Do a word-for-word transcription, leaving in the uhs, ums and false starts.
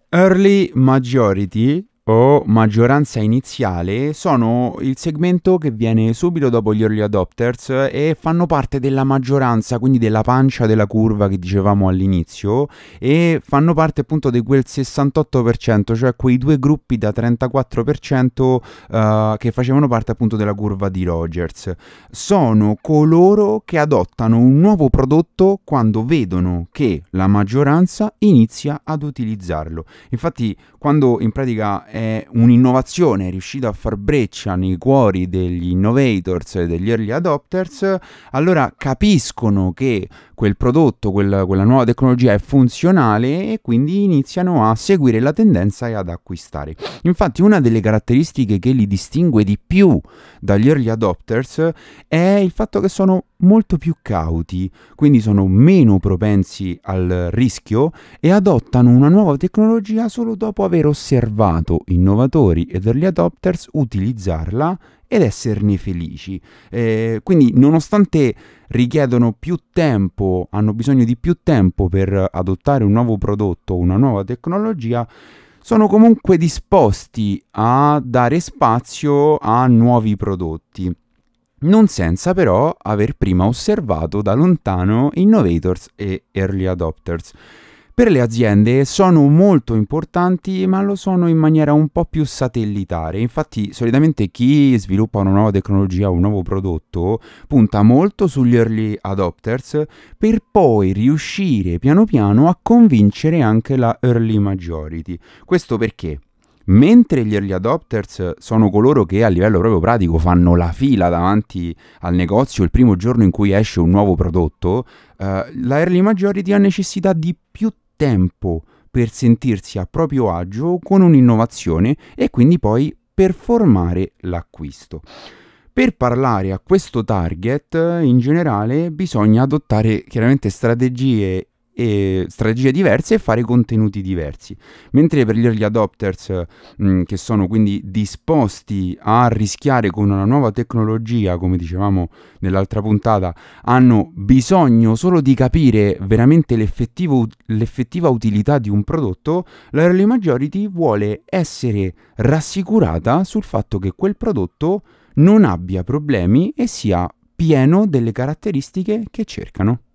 Early majority o maggioranza iniziale sono il segmento che viene subito dopo gli early adopters e fanno parte della maggioranza, quindi della pancia della curva che dicevamo all'inizio, e fanno parte appunto di quel sessantotto per cento, cioè quei due gruppi da trentaquattro per cento uh, che facevano parte appunto della curva di Rogers. Sono coloro che adottano un nuovo prodotto quando vedono che la maggioranza inizia ad utilizzarlo. Infatti, quando in pratica è un'innovazione riuscita a far breccia nei cuori degli innovators e degli early adopters, allora capiscono che quel prodotto, quel, quella nuova tecnologia è funzionale e quindi iniziano a seguire la tendenza e ad acquistare. Infatti, una delle caratteristiche che li distingue di più dagli early adopters è il fatto che sono molto più cauti, quindi sono meno propensi al rischio e adottano una nuova tecnologia solo dopo aver osservato innovatori ed early adopters utilizzarla ed esserne felici. Eh, quindi, nonostante richiedono più tempo, hanno bisogno di più tempo per adottare un nuovo prodotto, una nuova tecnologia, sono comunque disposti a dare spazio a nuovi prodotti, non senza però aver prima osservato da lontano innovators e early adopters. Per le aziende sono molto importanti, ma lo sono in maniera un po' più satellitare. Infatti, solitamente chi sviluppa una nuova tecnologia o un nuovo prodotto punta molto sugli early adopters per poi riuscire piano piano a convincere anche la early majority. Questo perché? Mentre gli early adopters sono coloro che a livello proprio pratico fanno la fila davanti al negozio il primo giorno in cui esce un nuovo prodotto, eh, la early majority ha necessità di più tempo per sentirsi a proprio agio con un'innovazione e quindi poi performare l'acquisto. Per parlare a questo target, in generale, bisogna adottare chiaramente strategie e strategie diverse e fare contenuti diversi. Mentre per gli early adopters, mh, che sono quindi disposti a rischiare con una nuova tecnologia, come dicevamo nell'altra puntata, hanno bisogno solo di capire veramente l'effettivo, l'effettiva utilità di un prodotto, la early majority vuole essere rassicurata sul fatto che quel prodotto non abbia problemi e sia pieno delle caratteristiche che cercano.